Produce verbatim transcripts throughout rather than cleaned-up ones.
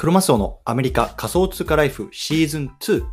クロマスオのアメリカ仮想通貨ライフシーズンツー。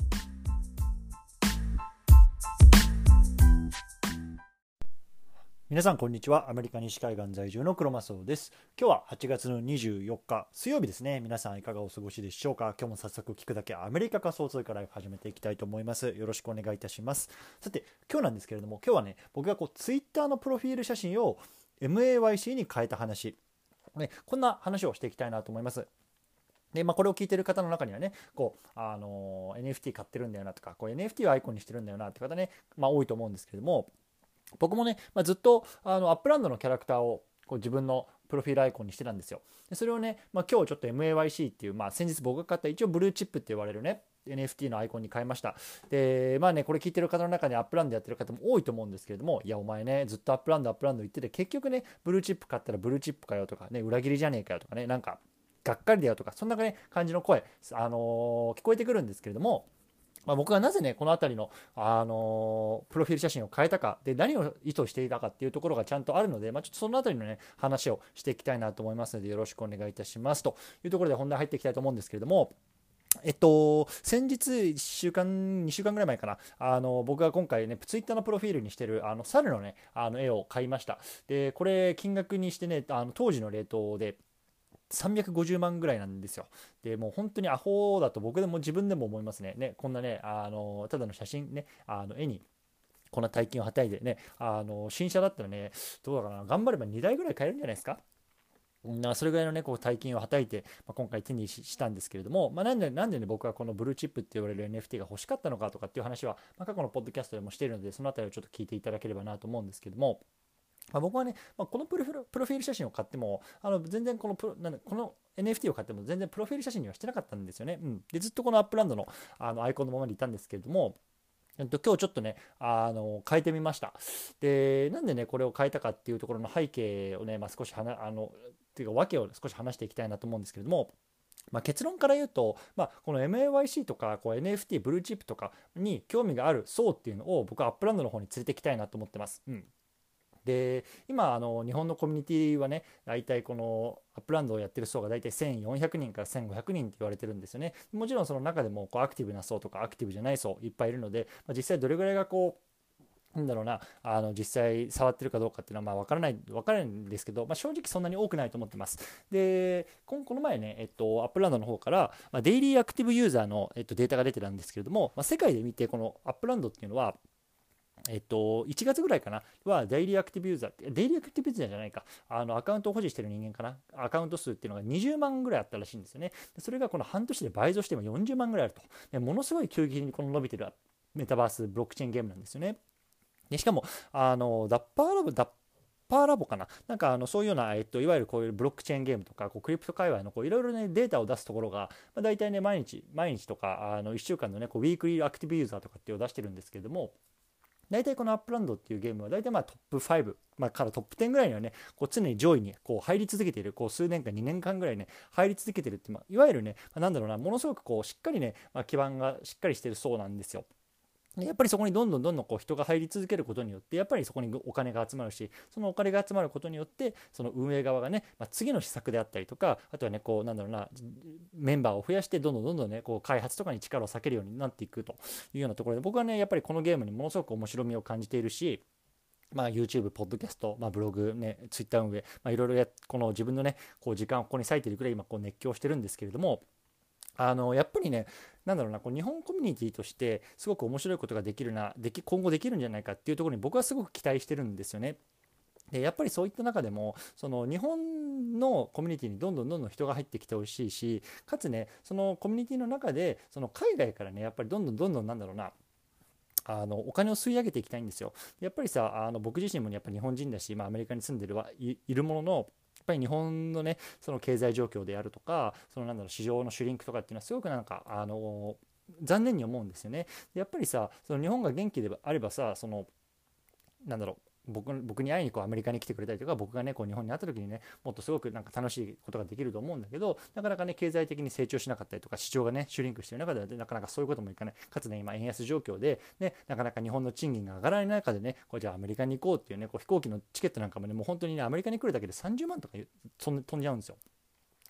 皆さんこんにちは。アメリカ西海岸在住のクロマスオです。今日ははちがつのにじゅうよっか水曜日ですね。皆さんいかがお過ごしでしょうか。今日も早速聞くだけアメリカ仮想通貨ライフ始めていきたいと思います。よろしくお願いいたします。さて今日なんですけれども、今日はね僕がこうツイッターのプロフィール写真を エムエーワイシー に変えた話、ね、こんな話をしていきたいなと思います。でまあ、これを聞いている方の中にはね、こうあの エヌエフティー 買ってるんだよなとか、こう エヌエフティー をアイコンにしてるんだよなって方ね、まあ、多いと思うんですけれども、僕もね、まあ、ずっとあのアップランドのキャラクターをこう自分のプロフィールアイコンにしてたんですよ。でそれをね、まあ、今日ちょっと エムエーワイシー っていう、まあ、先日僕が買った一応ブルーチップって言われるね エヌエフティー のアイコンに変えました。でまあね、これ聞いてる方の中にアップランドやってる方も多いと思うんですけれども、いやお前ねずっとアップランドアップランド言ってて、結局ねブルーチップ買ったらブルーチップかよとかね、裏切りじゃねえかよとかね、なんかがっかりだよとか、そんな、ね、感じの声、あのー聞こえてくるんですけれども、まあ、僕がなぜねこの辺りの、あのープロフィール写真を変えたかで、何を意図していたかっていうところがちゃんとあるので、まあ、ちょっとその辺りのね話をしていきたいなと思いますので、よろしくお願いいたしますというところで本題入っていきたいと思うんですけれども、えっと、先日いっしゅうかんにしゅうかんぐらい前かな、あの僕が今回ねツイッターのプロフィールにしてるあの猿のねあの絵を買いました。でこれ金額にしてね、あの当時のレートでさんびゃくごじゅうまんぐらいなんですよ。でもう本当にアホだと僕でも自分でも思いますね。ねこんなねあのただの写真ね、あの絵にこんな大金をはたいてね、あの新車だったらね、どうだかな、頑張ればにだいぐらい買えるんじゃないですか。なそれぐらいのねこう大金をはたいて、まあ、今回手にしたんですけれども、まあ、なんでなんでね僕はこのブルーチップって言われる エヌエフティー が欲しかったのかとかっていう話は、まあ、過去のポッドキャストでもしているので、そのあたりをちょっと聞いていただければなと思うんですけども、まあ、僕はね、まあ、このプロフィールプロフィール写真を買っても、あの全然このプロなんだこの エヌエフティー を買っても全然プロフィール写真にはしてなかったんですよね。うん、でずっとこのアップランドの、あのアイコンのままでいたんですけれども、えっと、今日ちょっとね、あの変えてみました。で、なんでね、これを変えたかっていうところの背景をね、まあ、少し話、あの、っていうか、訳を少し話していきたいなと思うんですけれども、まあ、結論から言うと、まあ、この エムエーワイシー とかこう エヌエフティー、ブルーチップとかに興味がある層っていうのを僕はアップランドの方に連れてきたいなと思ってます。うん。で今あの日本のコミュニティはね、大体このアップランドをやってる層が大体せんよんひゃくにんからせんごひゃくにんって言われてるんですよね。もちろんその中でもこうアクティブな層とかアクティブじゃない層いっぱいいるので、まあ、実際どれぐらいがこうなんだろうな、あの実際触ってるかどうかっていうのはまあ分からない、分からないんですけど、まあ、正直そんなに多くないと思ってます。で、この前ね、えっと、アップランドの方から、まあ、デイリーアクティブユーザーの、えっと、データが出てたんですけれども、まあ、世界で見て、このアップランドっていうのは、えっと、いちがつぐらいかなは、デイリーアクティブユーザー、デイリーアクティブユーザーじゃないか、あのアカウントを保持している人間かな、アカウント数っていうのがにじゅうまんぐらいあったらしいんですよね。それがこの半年で倍増して今よんじゅうまんぐらいあると。でものすごい急激にこの伸びてるメタバースブロックチェーンゲームなんですよね。でしかも、あのダッパーラボ、ダッパーラボかな、なんかあのそういうような、えっと、いわゆるこういうブロックチェーンゲームとかこうクリプト界隈のいろいろねデータを出すところが、まあ、大体ね毎日毎日とかあのいっしゅうかんのねこうウィークリーアクティブユーザーとかっていうのを出してるんですけれども、大体このアップランドっていうゲームは大体まあトップファイブ、まあ、からトップテンぐらいにはねこう常に上位にこう入り続けている、こう数年間にねんかんぐらいね入り続けてるって、まあ、いわゆるね、まあ、なんだろうな、ものすごくこうしっかりね、まあ、基盤がしっかりしてるそうなんですよ。やっぱりそこにどんどんどんどんこう人が入り続けることによって、やっぱりそこにお金が集まるし、そのお金が集まることによってその運営側がね、まあ、次の施策であったりとか、あとはねこうなんだろうな、メンバーを増やしてどんどんどんどんねこう開発とかに力を割けるようになっていくというようなところで、僕はねやっぱりこのゲームにものすごく面白みを感じているし、まあ、YouTube、ポッドキャスト、まあ、ブログ、ね、Twitter 運営、まあ、いろいろやこの自分のねこう時間をここに割いているくらい今こう熱狂してるんですけれども、あのやっぱりね、なんだろうな、こう日本コミュニティとしてすごく面白いことができるな、でき今後できるんじゃないかっていうところに僕はすごく期待してるんですよね。でやっぱりそういった中でもその日本のコミュニティにどんどんどんどん人が入ってきてほしいし、かつねそのコミュニティの中でその海外からねやっぱりどんどんどんどんなんだろうな、あのお金を吸い上げていきたいんですよ。やっぱりさ、あの僕自身もやっぱ日本人だし、まあ、アメリカに住んでるはいいるものの、やっぱり日本のねその経済状況であるとか、そのなんだろう市場のシュリンクとかっていうのはすごくなんかあの残念に思うんですよね。やっぱりさ、その日本が元気であればさ、そのなんだろう、僕僕に会いにこうアメリカに来てくれたりとか、僕がねこう日本に会った時にねもっとすごくなんか楽しいことができると思うんだけど、なかなかね経済的に成長しなかったりとか、市場がねシュリンクしている中ではなかなかそういうこともいかない、かつね今円安状況でねなかなか日本の賃金が上がらない中でね、こうじゃあアメリカに行こうっていうねこう飛行機のチケットなんかもねもう本当にねアメリカに来るだけでさんじゅうまんとか飛んじゃうんですよ。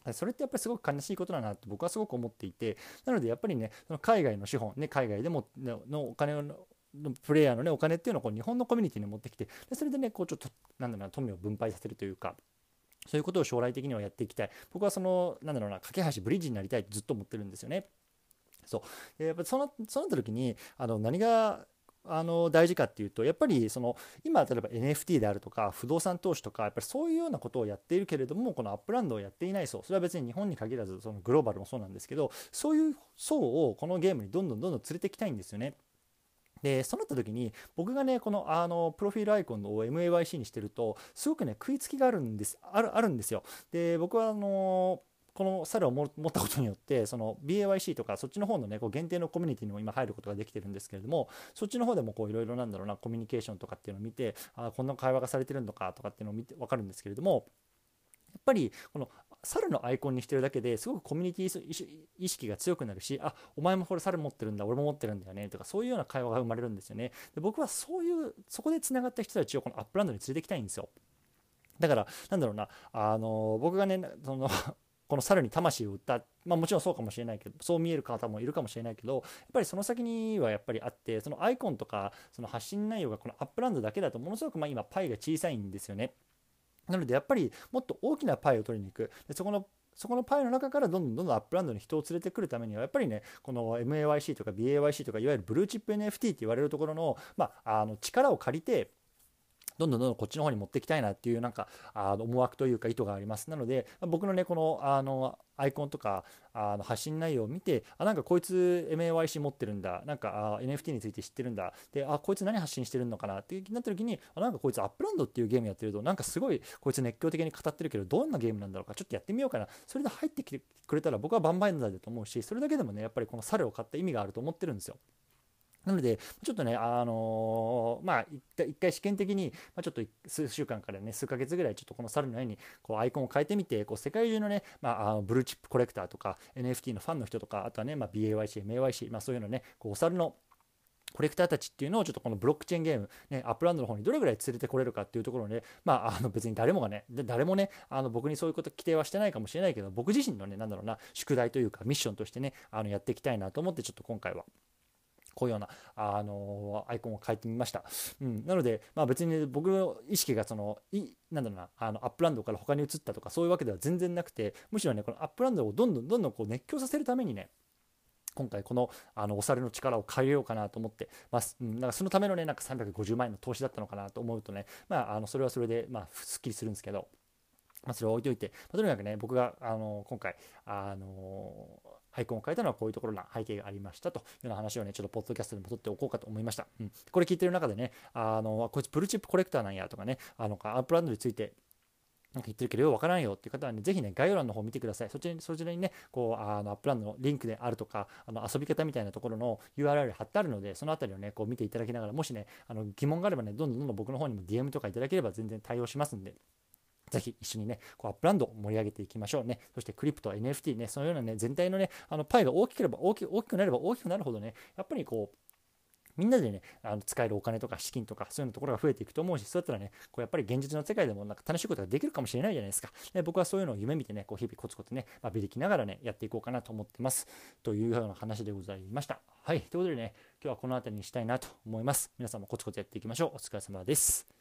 それってやっぱりすごく悲しいことだなと僕はすごく思っていて、なのでやっぱりね、その海外の資本、ね、海外でもののお金をプレイヤーの、ね、お金っていうのをこう日本のコミュニティに持ってきて、でそれでねこうちょっとなんだろうな、富を分配させるというか、そういうことを将来的にはやっていきたい。僕はそのなんだろうな、架け橋ブリッジになりたいとずっと思ってるんですよね。そうでやっぱそのそうなった時にあの何があの大事かっていうと、やっぱりその今例えば エヌエフティー であるとか不動産投資とか、やっぱりそういうようなことをやっているけれども、このアップランドをやっていない層、それは別に日本に限らずそのグローバルもそうなんですけど、そういう層をこのゲームにどんどんどんどん連れてきたいんですよね。でそうなった時に僕がねこのあのプロフィールアイコンを エムエーワイシー にしてるとすごくね食いつきがあるんですあるあるんですよ。で僕はあのこの猿を持ったことによってその ビーエーワイシー とかそっちの方のねこう限定のコミュニティにも今入ることができてるんですけれども、そっちの方でもこういろいろなんだろうなコミュニケーションとかっていうのを見て、あこんな会話がされてるのかとかっていうのを見て分かるんですけれども、やっぱりこの猿のアイコンにしてるだけですごくコミュニティ意識が強くなるし、あお前もこれ猿持ってるんだ俺も持ってるんだよねとか、そういうような会話が生まれるんですよね。で僕はそういうそこでつながった人たちをこのアップランドに連れてきたいんですよ。だからなんだろうな、あの僕がねそのこの猿に魂を売った、まあもちろんそうかもしれないけど、そう見える方もいるかもしれないけど、やっぱりその先にはやっぱりあって、そのアイコンとかその発信内容がこのアップランドだけだとものすごくまあ今パイが小さいんですよね。なのでやっぱりもっと大きなパイを取りに行く。でそこのそこのパイの中からどんどんどんどんアップランドに人を連れてくるためにはやっぱりねこの エムエーワイシー とか ビーエーワイシー とかいわゆるブルーチップ エヌエフティー って言われるところの、まあ、あの力を借りてどんどんどんどんこっちの方に持っていきたいなっていうなんかあの思惑というか意図があります。なので僕のねこのあのアイコンとかあの発信内容を見て、あなんかこいつ エムエーワイシー 持ってるんだ、なんかあ エヌエフティー について知ってるんだ、であこいつ何発信してるのかなってなった時に、あなんかこいつアップランドっていうゲームやってるとなんかすごいこいつ熱狂的に語ってるけどどんなゲームなんだろうか、ちょっとやってみようかな、それで入ってきてくれたら僕は万々歳だと思うし、それだけでもねやっぱりこの猿を買った意味があると思ってるんですよ。なので、ちょっとね、あのー、まあ一回、一回試験的に、まあ、ちょっと数週間からね、数ヶ月ぐらい、ちょっとこの猿のようにこうアイコンを変えてみて、こう世界中のね、まあ、あのブルーチップコレクターとか、エヌエフティー のファンの人とか、あとはね、まあ、ビーエーワイシー、エムエーワイシー、まあ、そういうのね、こうお猿のコレクターたちっていうのをちょっとこのブロックチェーンゲーム、ね、アップランドの方にどれぐらい連れてこれるかっていうところで、まあ、あの別に誰もがね、誰もね、あの僕にそういうこと規定はしてないかもしれないけど、僕自身のね、なんだろうな、宿題というかミッションとしてね、あのやっていきたいなと思って、ちょっと今回は。こういうような、あのーアイコンを変えてみました。うん、なので、まあ、別に、ね、僕の意識がそのいなんだろうなあのアップランドから他に移ったとかそういうわけでは全然なくて、むしろねこのアップランドをどんどんどんどんこう熱狂させるためにね今回このあのお猿の力を借りようかなと思ってます。うん、だからそのためのねなんかさんびゃくごじゅうまんえんの投資だったのかなと思うとね、まあ、あのそれはそれで、まあ、すっきりするんですけど。まあ、それを置いといて、まあ、とにかくね僕があの今回あのアイコンを変えたのはこういうところな背景がありましたというような話をねちょっとポッドキャストでも取っておこうかと思いました。うん、これ聞いてる中でねあのこいつブルーチップコレクターなんやとかね、あのアップランドについてなんか言ってるけどよくわからんよっていう方はね、ぜひね、概要欄の方を見てください。そちらに、そちらにね、こう、あの、アップランドのリンクであるとか、あの、遊び方みたいなところの ユーアールエル 貼ってあるので、そのあたりをね、こう見ていただきながら、もしね、あの、疑問があればね、どんどんどんどん僕の方にも ディーエム とかいただければ全然対応しますんで、ぜひ一緒にね、こうアップランドを盛り上げていきましょうね。そしてクリプト、エヌエフティー ね、そのようなね、全体のね、あのパイが大きければ大き大きくなれば大きくなるほどね、やっぱりこう、みんなでね、あの使えるお金とか資金とかそういうところが増えていくと思うし、そうやったらね、こうやっぱり現実の世界でもなんか楽しいことができるかもしれないじゃないですか。で僕はそういうのを夢見てね、こう日々コツコツね、まあ、ビリきながらね、やっていこうかなと思ってます。というような話でございました。はい、ということでね、今日はこの辺りにしたいなと思います。皆さんもコツコツやっていきましょう。お疲れ様です。